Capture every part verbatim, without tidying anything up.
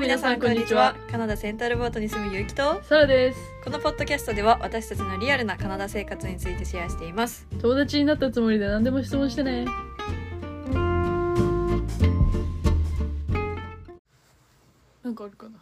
皆さんこんにちは。カナダセンタルボートに住むゆうきとサラです。 このポッドキャストでは私たちのリアルなカナダ生活についてシェアしています。 友達になったつもりで何でも質問してね。なんかあるかな。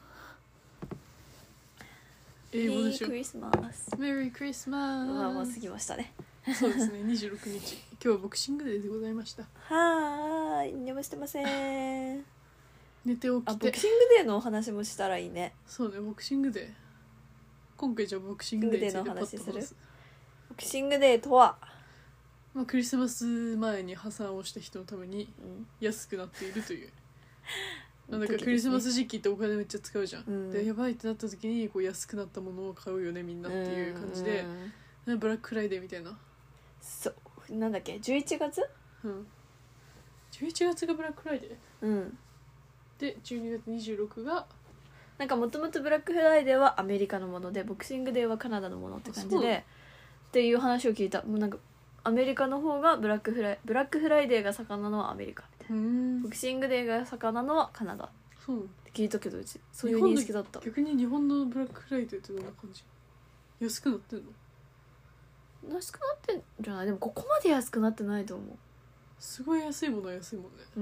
英語でしょ。 メリークリスマス。 メリークリスマス。 まあもう過ぎましたね。 そうですね。にじゅうろくにち今日はボクシングデーでございました。 はーい、寝もしてません。 寝て起きて。 あ、ボクシングデーのお話もしたらいいね。 そうね、ボクシングデー。今回じゃあボクシングデーについてパッと話す。 ボクシングデーとは、 まあ、クリスマス前に破産をした人のために安くなっているという、うん、なんかクリスマス時期ってお金めっちゃ使うじゃん、うん、でやばいってなった時にこう安くなったものを買うよねみんなっていう感じで、うんうん、ブラックフライデーみたいな。 そうなんだっけじゅういちがつ、 うん、じゅういちがつがブラックフライデー、 うん、 でじゅうにがつにじゅうろくがなんかもともとブラックフライデーはアメリカのものでボクシングデーはカナダのものって感じでっていう話を聞いた。もうなんかアメリカの方がブラックフライブラックフライデーが盛んなのはアメリカみたいな、ボクシングデーが盛んなのはカナダそうって聞いたけど、うちそういう認識だった。 逆に日本のブラックフライデーってどんな感じ？安くなってんの？ 安くなってんじゃない？でもここまで安くなってないと思う。 すごい安いものは安いもんね。 うん。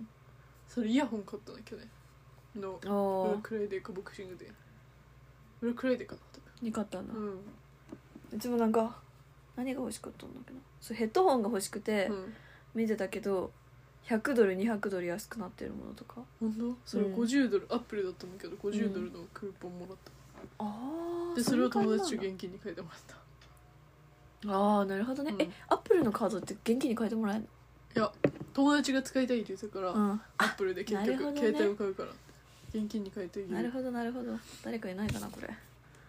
それイヤホン買ったんだ去年のブラックフライデーかボクシングデー。ブラックフライデーかな多分。 に買ったんだ。 うん。 うちもなんか何が欲しかったんだけど、そうヘッドホンが欲しくて見てたけど、ひゃくドルにひゃくドル安くなってるものとか。 本当？それごじゅうドル、うん、アップルだったんだけどごじゅうドルのクーポンもらった。うん、ああ。でそれを友達と現金に変えてもらった。 ああなるほどね、うん、えアップルのカードって現金に変えてもらえるの？ いや友達が使いたいって言ってたから、うん、アップルで結局、ね、携帯を買うから現金に変えている。 なるほどなるほど。誰かいないかなこれ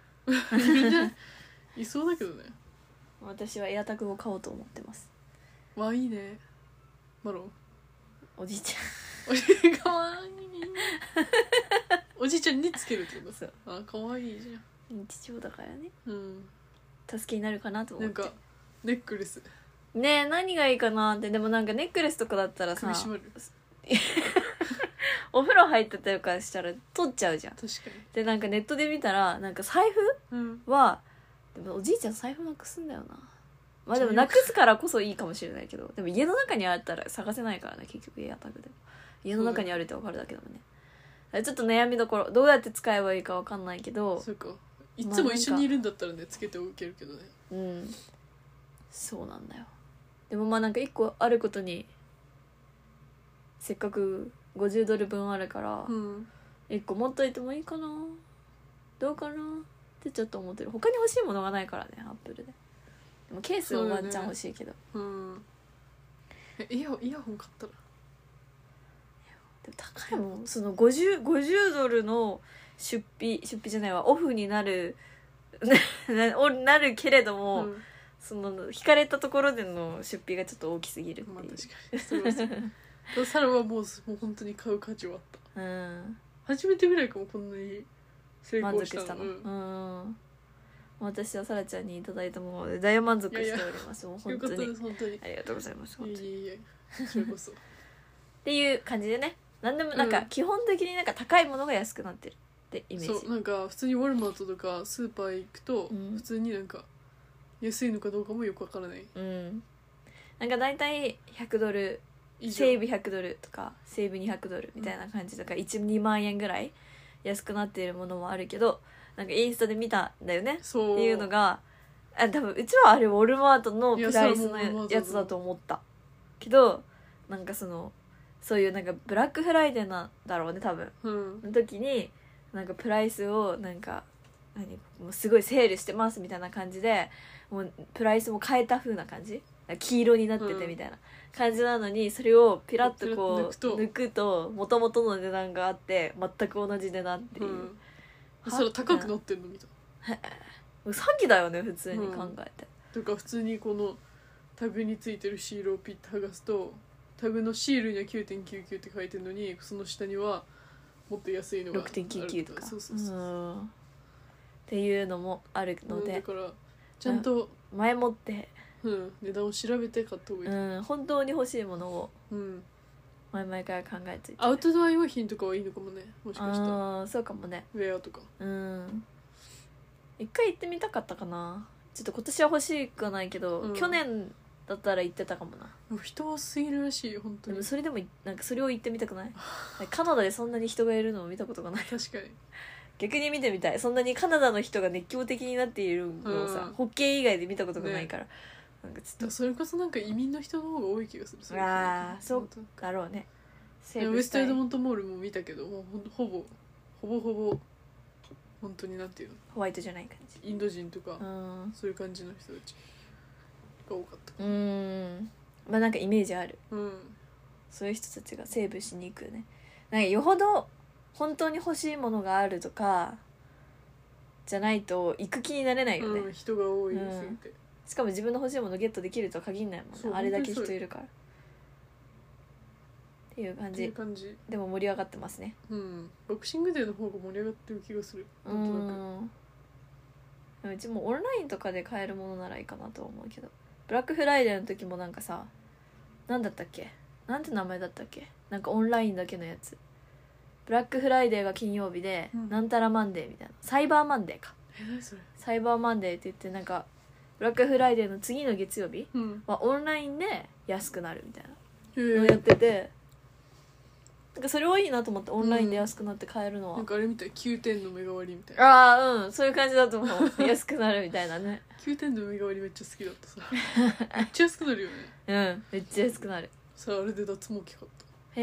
いそうだけどね。 私はエアタグを買おうと思ってます。 わあいいね。マロンおじいちゃんおじいかわいいおじいちゃんにつけるってこと？そうあかわいいじゃん。 日常だからね。 うん助けになるかなと思って。 なんかネックレスねえ何がいいかなって。でもなんかネックレスとかだったらさお風呂入ってたりとかしたら取っちゃうじゃん。 確かに。 でなんかネットで見たらなんか財布は、うん、でもおじいちゃん財布なくすんだよな。まあでもなくすからこそいいかもしれないけど、でも家の中にあったら探せないからね結局エアタグでも家の中にあるって分かるだけだもんね。ちょっと悩みどころ、どうやって使えばいいか分かんないけど。 そうかいつも一緒にいるんだったらねつけておけるけどね。 うんそうなんだよ。でもまあなんかいっこあることにせっかくごじゅうドルぶんあるから、うん、いっこ持っといてもいいかなどうかなってちょっと思ってる。他に欲しいものがないからねアップルで。でもケースをワンチャン欲しいけど、 う、ね、うんえイヤホンイヤホン買ったらでも高いもん。そのごじゅう、ごじゅうドルの出費出費じゃないわオフになるなるけれども、うん、その引かれたところでの出費がちょっと大きすぎるっていう。まあ確かにそれはそうサラはもうもう本当に買う価値はあった、うん、初めてぐらいかもこんなに成功したの。満足したの、うんうん、 私はサラちゃんにいただいたもので大満足しております。いやいやもう本当によかったです本当にありがとうございます。 いえいえいえそれこそっていう感じでね、なんでもなんか基本的になんか高いものが安くなってるってイメージ。 そうなんか普通にウォルマートとかスーパー行くと、うん、普通になんか安いのかどうかもよくわからない、 うん、なんかだいたいひゃくドルセーブひゃくドルとかセーブにひゃくドルみたいな感じとか、うん、いち、にまんえんぐらい安くなっているものもあるけど、なんかインスタで見たんだよねっていうのが、あ多分うちはあれウォルマートのプライスのやつだと思ったけど、なんかそのそういうなんかブラックフライデーなんだろうね多分、うん、の時になんかプライスをなんか何もうすごいセールしてますみたいな感じでもうプライスも変えた風な感じ、黄色になっててみたいな感じなのに、それをピラッとこう抜くと元々の値段があって全く同じ値段っていう、うん、 それ高くなってんのみたいな詐欺だよね普通に考えて、 うん、とか普通にこのタグについてるシールをピッと剥がすとタグのシールには きゅうてんきゅうきゅう って書いてるのにその下にはもっと安いのがろくてんきゅうきゅう とかそうそうそう、うん、 っていうのもあるので、 うん、だからちゃんと前もって、 うん、値段を調べて買った方がいい、 うん、本当に欲しいものを前々から考えていて、 アウトドア用品とかはいいのかもね、もしかしたらああそうかもね。 ウェアとか。 うん一回行ってみたかったかな。ちょっと今年は欲しくはないけど、 うん去年だったら行ってたかもな。 でも人多すぎるらしいよ本当に。 でもそれでもなんかそれを言ってみたくない？カナダでそんなに人がいるのを見たことがない。 確かに。 逆に見てみたい。そんなにカナダの人が熱狂的になっているのをさ、 うんホッケー以外で見たことがないから、ね、なんかちょっとそれこそなんか移民の人の方が多い気がする。それああそうだろうね。 ウェストエドモントモールも見たけど、もうほぼほぼほぼ本当になんていうの、 ホワイトじゃない感じ、 インド人とか、 うん、 そういう感じの人たちが多かった。 うんまあなんかイメージある、 うん、 そういう人たちがセーブしに行くね。なんかよほど本当に欲しいものがあるとかじゃないと行く気になれないよね、 うん、人が多いすぎて、 うん、しかも自分の欲しいものゲットできるとは限らないもんね、あれだけ人いるからっていう感じ。 いう感じでも盛り上がってますね。 うんボクシングデーの方が盛り上がってる気がする。 うなんとなくんでもうちもオンラインとかで買えるものならいいかなと思うけど、ブラックフライデーの時もなんかさ、なんだったっけ、なんて名前だったっけ、なんかオンラインだけのやつ、ブラックフライデーが金曜日で、うん、なんたらマンデーみたいな、サイバーマンデーか、 え何それ、 サイバーマンデーって言って、なんかブラックフライデーの次の月曜日はオンラインで安くなるみたいなのをやってて、なんかそれはいいなと思って、オンラインで安くなって買えるのは、うん、 なんかあれみたい、きゅうてんの目代わりみたいな。 ああうんそういう感じだと思う安くなるみたいなねきゅうてんの目代わりめっちゃ好きだったさめっちゃ安くなるよね。 うんめっちゃ安くなるさあ、あれで脱毛器買った。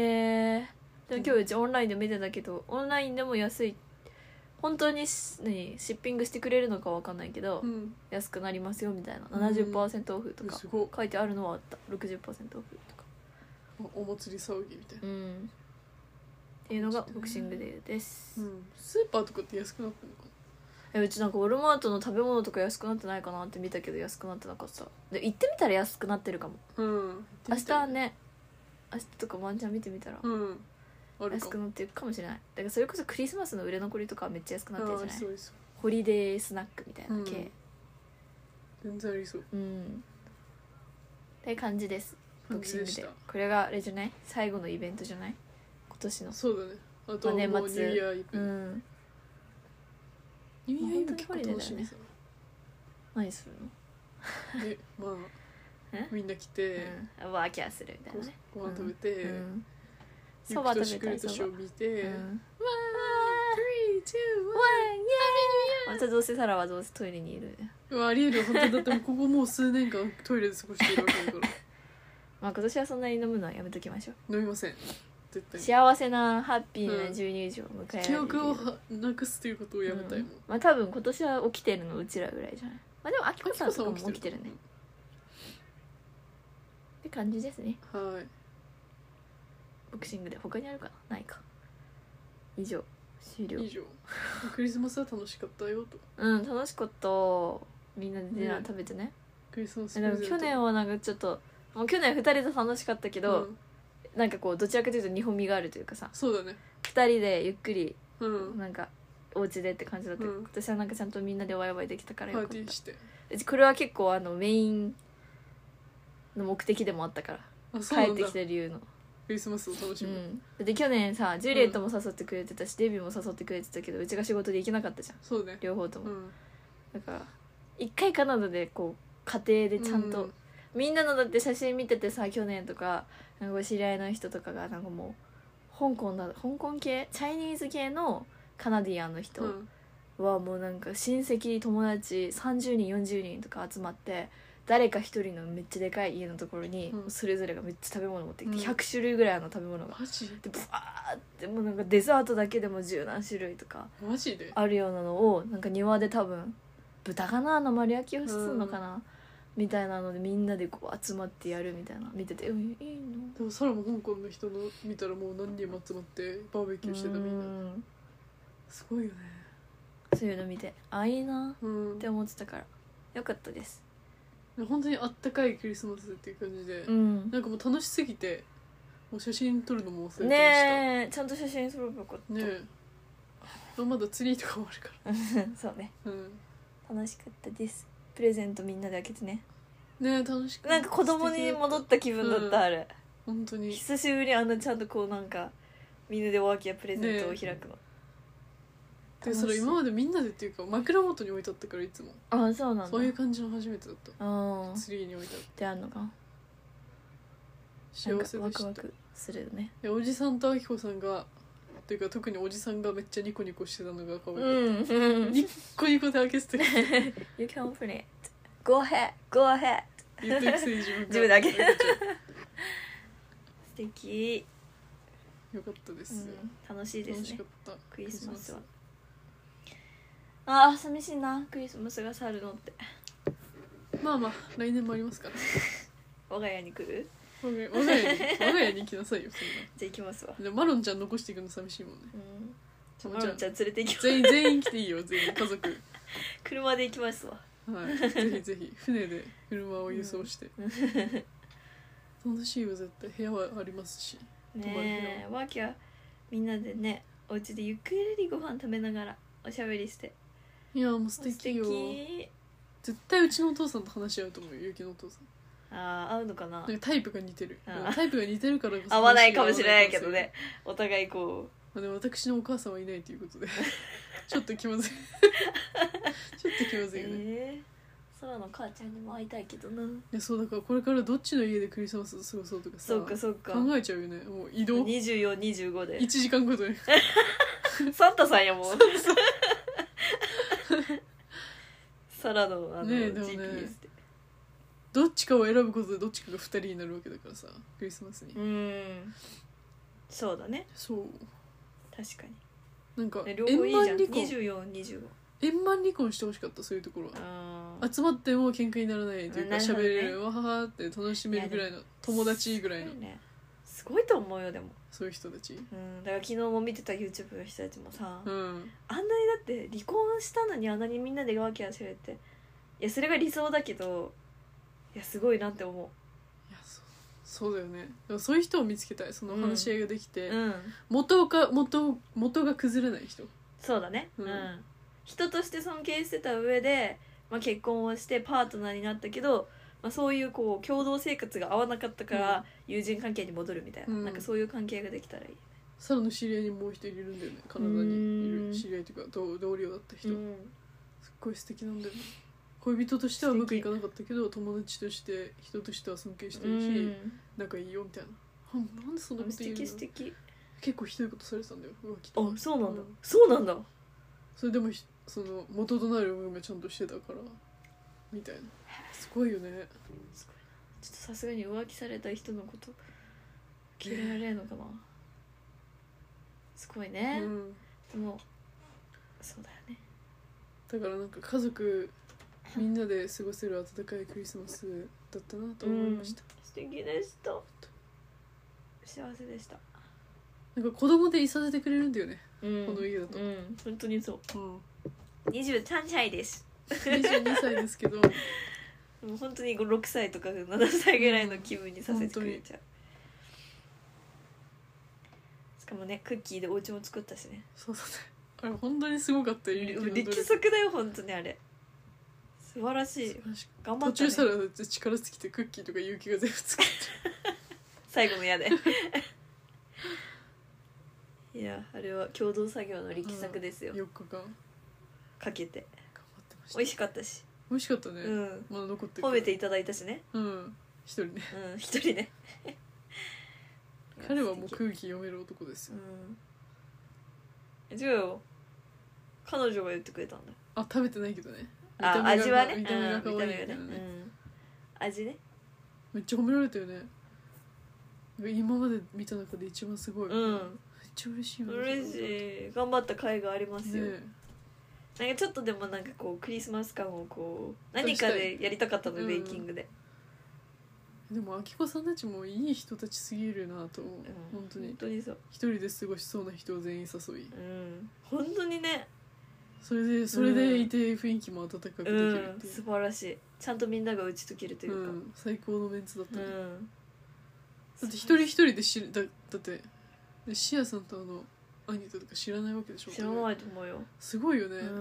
へえ。でも今日うちオンラインで見てたけど、オンラインでも安い、本当に何シッピングしてくれるのかわかんないけど、うん、安くなりますよみたいな ななじゅっパーセント オフとか書いてあるのはあった。 ろくじゅっパーセント オフとかお, お祭り騒ぎみたいな、 うんっていうのがボクシングデーです、 うん、スーパーとかって安くなってるのかな。 えうちなんかウォルマートの食べ物とか安くなってないかなって見たけど安くなってなかった。で行ってみたら安くなってるかも、うん、明日はね明日とかワンチャン見てみたら、うん、安くなってるかもしれない。だからそれこそクリスマスの売れ残りとかはめっちゃ安くなってるじゃない。 そうですホリデースナックみたいな系、うん、 全然ありそう、 うん、って感じです。ボクシングでこれがあれじゃない、最後のイベントじゃない今年の。 そうだね、あとはもうニューイヤーイブ、うん、ニューイヤーイブ結構楽しみさ、ね、 何するのえまあみんな来て、 うん、ワーキャーするみたいなね、 ご飯食べて、 そば、うん、食べたい、 そば見て、うん、わー、スリー、ツー、ワン、ハッピーニューイヤー。またどうせサラはどうせトイレにいる。 うわありえる、本当だってここもう数年間トイレで過ごしているわけだからまあ今年はそんなに飲むのはやめときましょう。 飲みません絶対。 幸せなハッピーなじゅうにじを迎えられる、 記憶をなくすということをやめたいもん、うん、 まあ多分今年は起きてるのうちらぐらいじゃない。まあでもあきこさんとかも起きてるねって感じですね。 はい。 ボクシングで他にあるかな、ないか。以上終了。 以上クリスマスは楽しかったよと。 うん楽しかった。みんなでディナー食べてね、 クリスマスプレゼント。でも去年はなんかちょっともう去年ふたりで楽しかったけど、うん、なんかこうどちらかというと日本味があるというかさ、 そうだね、 ふたりでゆっくり、 うん、 なんかお家でって感じだった、うん、私はなんかちゃんとみんなでワイワイできたからよかった。 パーティーして、 これは結構あのメインの目的でもあったから、帰ってきた理由のクリスマスを楽しむ、 うん、で去年さジュリエットも誘ってくれてたし、うん、デビューも誘ってくれてたけどうちが仕事で行けなかったじゃん。 そうね、 両方とも、 うん、 だから一回カナダでこう家庭でちゃんと、うん、みんなのだって写真見ててさ、去年とかなんか知り合いの人とかがなんかもう香港だ香港系チャイニーズ系のカナディアンの人はもうなんか親戚友達さんじゅうにんよんじゅうにんとか集まって誰か一人のめっちゃでかい家のところに、うん、それぞれがめっちゃ食べ物持ってきて、うん、ひゃくしゅるいぐらいの食べ物がマジでブワーってもうなんかデザートだけでも十何種類とかマジであるようなのをなんか庭で多分豚かなの丸焼きをするのかな、うん、みたいなのでみんなでこう集まってやるみたいな見てて、うん、いいの。 でもサラも香港の人の見たらもう何人も集まってバーベキューしてたみんな、うん、すごいよね。 そういうの見てあいいなって思ってたから、よかったです。 本当にあったかいクリスマスっていう感じで、 うん、 なんかもう楽しすぎてもう写真撮るのも忘れてましたねえ。ちゃんと写真撮ればよかったねえ。まだツリーとかもあるからそうね、 うん、 楽しかったです。プレゼントみんなで開けてね。 ねえ楽しかった。 なんか子供に戻った気分だった、うん、あれ本当に久しぶりにあんなちゃんとこうなんかみんなでワーキャープレゼントを開くの、 でそれ今までみんなでっていうか枕元に置いてあったからいつもああそうなんだそういう感じの初めてだったああツリーに置いてあっってあんのか幸せでしたワクワクするよねでおじさんとあきこさんがっていうか特におじさんがめっちゃニコニコしてたのが可愛かった、 うんニッコニコで開けてて You can open it Go ahead Go ahead 言ってるくせに自分が自分だけ開けちゃう素敵、 よかったです、 うん、楽しいですね楽しかったクリスマスはああ寂しいなクリスマスが去るのってまあまあ来年もありますから我が家に来る我が家我が家に我が家に行きなさいよそんなじゃあ行きますわでマロンちゃん残していくの寂しいもんね、 うん、マロンちゃん連れて行きます全員全員来ていいよ全員家族車で行きますわはいぜひぜひ船で車を輸送して、うん、楽しいよ絶対部屋はありますしねえワーキャーみんなでねお家でゆっくりご飯食べながらおしゃべりしていやもう素敵よ素敵絶対うちのお父さんと話し合うと思うよゆうきのお父さんああ合うのかななんかタイプが似てるタイプが似てるからこそ合わないかもしれないけどねお互いこう、まあ、でも私のお母さんはいないということでちょっと気まずいちょっと気まずいよね、 えー、空の母ちゃんにも会いたいけどな。いやそうだからこれからどっちの家でクリスマス過ごそうとかさそうかそうか考えちゃうよねもう移動にじゅうよん、にじゅうごでいちじかんごとにサンタさんやもん空のあの、 ねえでもねジーピーエス でどっちかを選ぶことでどっちかがふたりになるわけだからさクリスマスにうんそうだねそう確かになんか両方いいじゃん円満離婚にじゅうよん、にじゅうご円満離婚してほしかったそういうところはあ集まっても喧嘩にならないというかなるほどね喋れるわははって楽しめるぐらいの友達ぐらいのねすごいと思うよでもそういう人たちうんだから昨日も見てた YouTube の人たちもさ、 うんあんなにだって離婚したのにあんなにみんなでワーキャーしれていやそれが理想だけどいやすごいなって思ういやそうそうだよねでもそういう人を見つけたいその話し合いができて、 うん元が元元が崩れない人そうだね、 ううんん人として尊敬してた上で、まあ、結婚をしてパートナーになったけど、まあ、そういうこう共同生活が合わなかったから友人関係に戻るみたいな、 うんなんかそういう関係ができたらいい、 サラの知り合いにもう一人いるんだよねカナダにいる知り合いというか同同僚だった人、 うんすっごい素敵なんだよね恋人としてはうまくいかなかったけど友達として人としては尊敬してるし、 うん仲いいよみたいなあなんでそんなこと素言うの敵素敵結構ひどいことされてたんだよ浮気とかあそうなんだ、 うんそうなんだそれでもひその元となる部分がちゃんとしてたからみたいなすごいよねすごいなちょっとさすがに浮気された人のこと受け入れられるのかなすごいね、 うんでもそうだよねだからなんか家族みんなで過ごせる温かいクリスマスだったなと思いました、 うん、素敵でした幸せでした、 なんか子供でいさせてくれるんだよね、 うん、 この家だと、 うん本当にそう、 うん、 にじゅうさんさいですにじゅうにさいですけどもう本当にろくさいとかななさいぐらいの気分にさせてくれちゃう、しかもねクッキーでお家も作ったしねそうだねあれ本当にすごかったよ力作だよ本当にあれ素晴らしい頑張った、ね、 途中さら力尽きてクッキーとか勇気が全部作って最後の矢でいやあれは共同作業の力作ですよ、 よっかかんかけて頑張ってました美味しかったし美味しかったね、 うんまだ残ってる褒めていただいたしねうん一人ねうん一人ね彼はもう空気読める男ですよ、 うん違うよ彼女が言ってくれたんだあ食べてないけどねあ味はね見た目が可愛いうん見た目ね、 がね、うん、味ねめっちゃ褒められたよね今まで見た中で一番すごい、 うんめっちゃ嬉しいよね嬉しい頑張った甲斐がありますよ、 ねなんかちょっとでもなんかこうクリスマス感をこう何かでやりたかったの、ベーキングででもあきこさんたちもいい人たちすぎるなと思う、うん、本当に本当にそう一人で過ごしそうな人を全員誘い、 うん本当にねそれでそれでいて雰囲気も温かくできるっていう、 うん、素晴らしいちゃんとみんなが打ち解けるというか、 うん、最高のメンツだったね、 うん、 だって一人一人で知るだだってでシアさんとあのアニタとか知らないわけでしょ知らないと思うよすごいよね、 うん、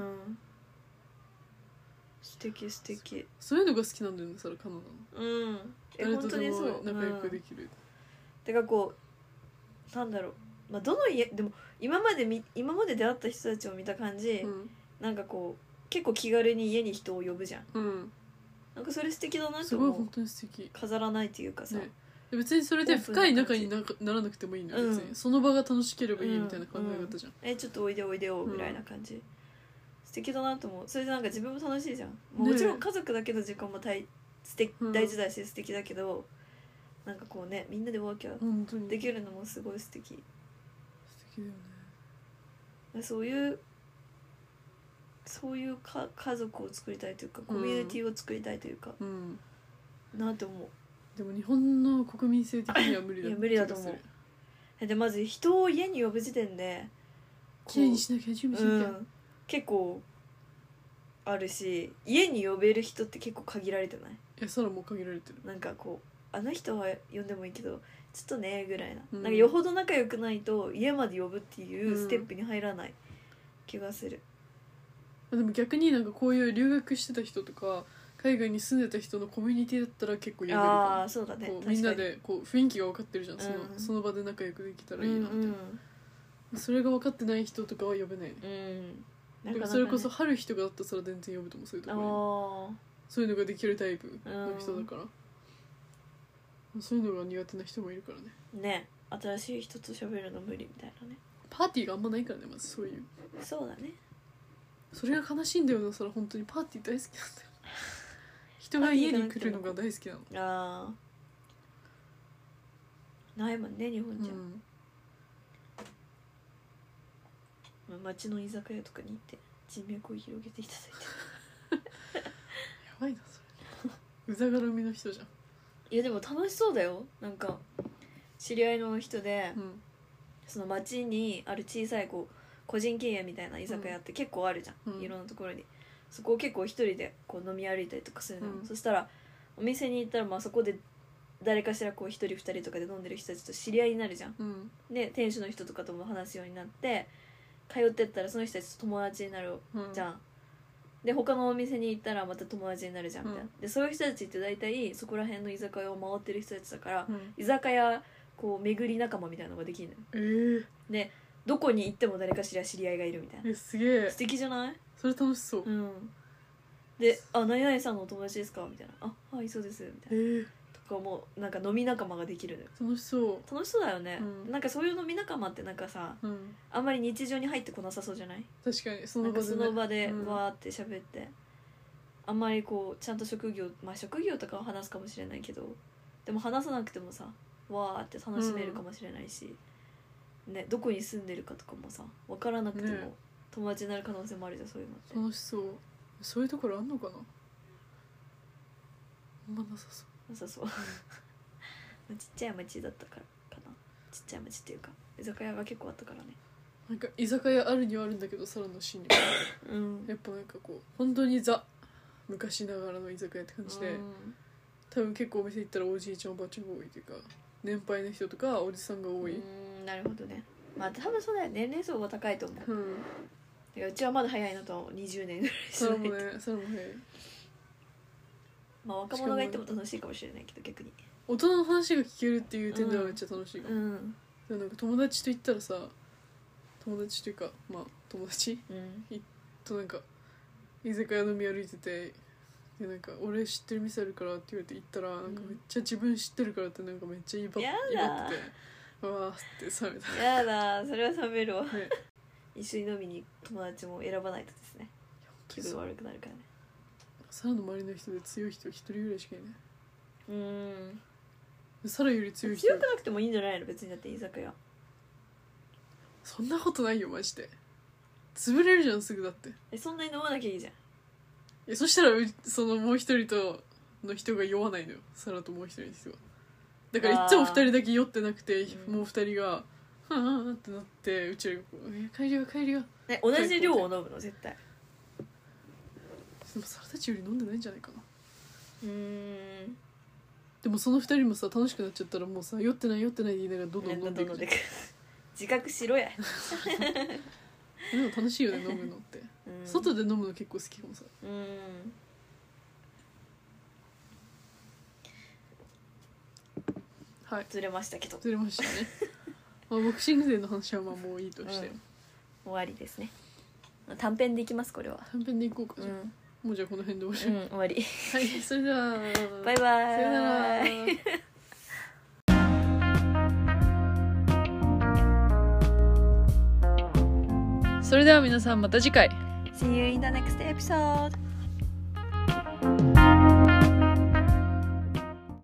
素敵素敵そういうのが好きなんだよねサラカナダのうんえ誰とでも本当にそう仲良くできる、 てかこうなんだろう、まあ、どの家でも今までみ今まで出会った人たちを見た感じ、 うん、 なんかこう結構気軽に家に人を呼ぶじゃん、 うん、 なんかそれ素敵だなってすごい思う。 本当に素敵。 飾らないっていうかさ、 ね、別にそれで深い仲になならなくてもいいのよ、 うん別にその場が楽しければいいみたいな考え方じゃん、 うんうん、えちょっとおいでおいでよぐらいな感じ、うん、素敵だなと思う。それでなんか自分も楽しいじゃん、もうもちろん家族だけの時間も大素敵、うん、大事だし素敵だけど、なんかこうねみんなでワーキャーできるのもすごい素敵。 素敵だよね。 そういうそういうか家族を作りたいというかコミュニティを作りたいというか、うん、なって思う。 でも日本の国民性的には無理だいや無理だと思う。でまず人を家に呼ぶ時点できれいにしなきゃ準備しなきゃ、うん、 結構あるし、家に呼べる人って結構限られてない？いやそれはもう限られてる。 なんかこうあの人は呼んでもいいけどちょっとねぐらいな、うん、なんかよほど仲良くないと家まで呼ぶっていうステップに入らない気がする、 うん、でも逆になんかこういう留学してた人とか海外に住んでた人のコミュニティだったら結構呼べるかも。 ああそうだね、 こうみんなでこう雰囲気が分かってるじゃん、うん、そのその場で仲良くできたらいいなみたいな、うんうん、それが分かってない人とかは呼べない、うんだからそれこそ春日とかだったら全然呼ぶと思う。そういうところにそういうのができるタイプの人だから、うん、そういうのが苦手な人もいるからね。 ね新しい人と喋るの無理みたいなね。 パーティーがあんまないからねまずそういう。 そうだね。 それが悲しいんだよな。それ本当にパーティー大好きなんだよ人が家に来るのが大好きなの。 ああないもんね日本じゃ、うん街の居酒屋とかに行って人脈を広げていただいてやばいなそれうざがらみの人じゃん。 いやでも楽しそうだよ。なんか知り合いの人で、うん、その街にある小さいこう個人経営みたいな居酒屋って結構あるじゃん、うん、いろんなところに。そこを結構一人でこう飲み歩いたりとかするの、うん、そしたらお店に行ったらまあそこで誰かしらこう一人二人とかで飲んでる人たちと知り合いになるじゃん、うん、で店主の人とかとも話すようになって通ってったらその人たちと友達になるじゃん、うん、で他のお店に行ったらまた友達になるじゃんみたいな、うん、でそういう人たちって大体そこら辺の居酒屋を回ってる人たちだから、うん、居酒屋こう巡り仲間みたいなのができるのよ、えー、でどこに行っても誰かしら知り合いがいるみたいな。 えすげえ素敵じゃない？ それ楽しそう、 うん、で「あ何々さんのお友達ですか?」みたいな「あはいそうです」みたいな、えー、とかもなんか飲み仲間ができるのよ。 楽しそう楽しそうだよね、うん、なんかそういう飲み仲間ってなんかさ、うん、あんまり日常に入ってこなさそうじゃない？ 確かにその場で、ね、 その場でわーって喋って、うん、あんまりこうちゃんと職業まあ職業とかは話すかもしれないけどでも話さなくてもさわーって楽しめるかもしれないし、うんね、どこに住んでるかとかもさ分からなくても、ね、友達になる可能性もあるじゃん。そういうのって楽しそう。そういうところあんのかな？あんまなさそうなさそうちっちゃい町だったからかな。ちっちゃい町っていうか居酒屋が結構あったからね。 なんか居酒屋あるにはあるんだけどサラのシーンにも、うん、やっぱなんかこう本当にザ昔ながらの居酒屋って感じで、うん、多分結構お店行ったらおじいちゃんおばあちゃんが多いというか年配の人とかおじさんが多い。 うんなるほどね。まあ多分そうだよ。年齢層が高いと思う、うん、てかうちはまだ早いのとにじゅうねんぐらいしないと。 それもねそれも早い。 まあ若者がいても楽しいかもしれないけど逆に大人の話が聞けるっていう点ではめっちゃ楽しいかも、うん、でもなんか友達と行ったらさ友達というかまあ友達、うん、となんか居酒屋飲み歩いててでなんか俺知ってる店あるからって言われて行ったらなんかめっちゃ自分知ってるからってなんかめっちゃ威張ってうわーって冷めた。 やだそれは冷めるわ、ね、一緒に飲みに友達も選ばないとですね。気分悪くなるからね。 サラの周りの人で強い人一人ぐらいしかいない。 うんサラより強い人強くなくてもいいんじゃないの別に。だって居酒屋そんなことないよマジで。潰れるじゃんすぐ。だってえそんなに飲まなきゃいいじゃん。 えそしたらそのもう一人との人が酔わないのよ。サラともう一人の人がだからいつも二人だけ酔ってなくて、うん、もう二人がはぁはぁってなってうちらがこうえ帰りよ帰りよえ同じ量を飲むの絶対。 でもサラたちより飲んでないんじゃないかな。 うーんでもその二人もさ楽しくなっちゃったらもうさ酔ってない酔ってないで言いながらどんどん飲んでいく。 自覚しろやでも楽しいよね飲むのって、うん、外で飲むの結構好きかもさ。 うんはいずれましたけど、 ずれましたねまあボクシング勢の話はまあもういいとして、 うん、終わりですね。短編でいきますこれは。 短編でいこうか、じゃあ、 うん、 もうじゃあこの辺で終わり、 うん、終わりはい、それではバイバイ。 さよならそれでは皆さんまた次回。 See you in the next episode.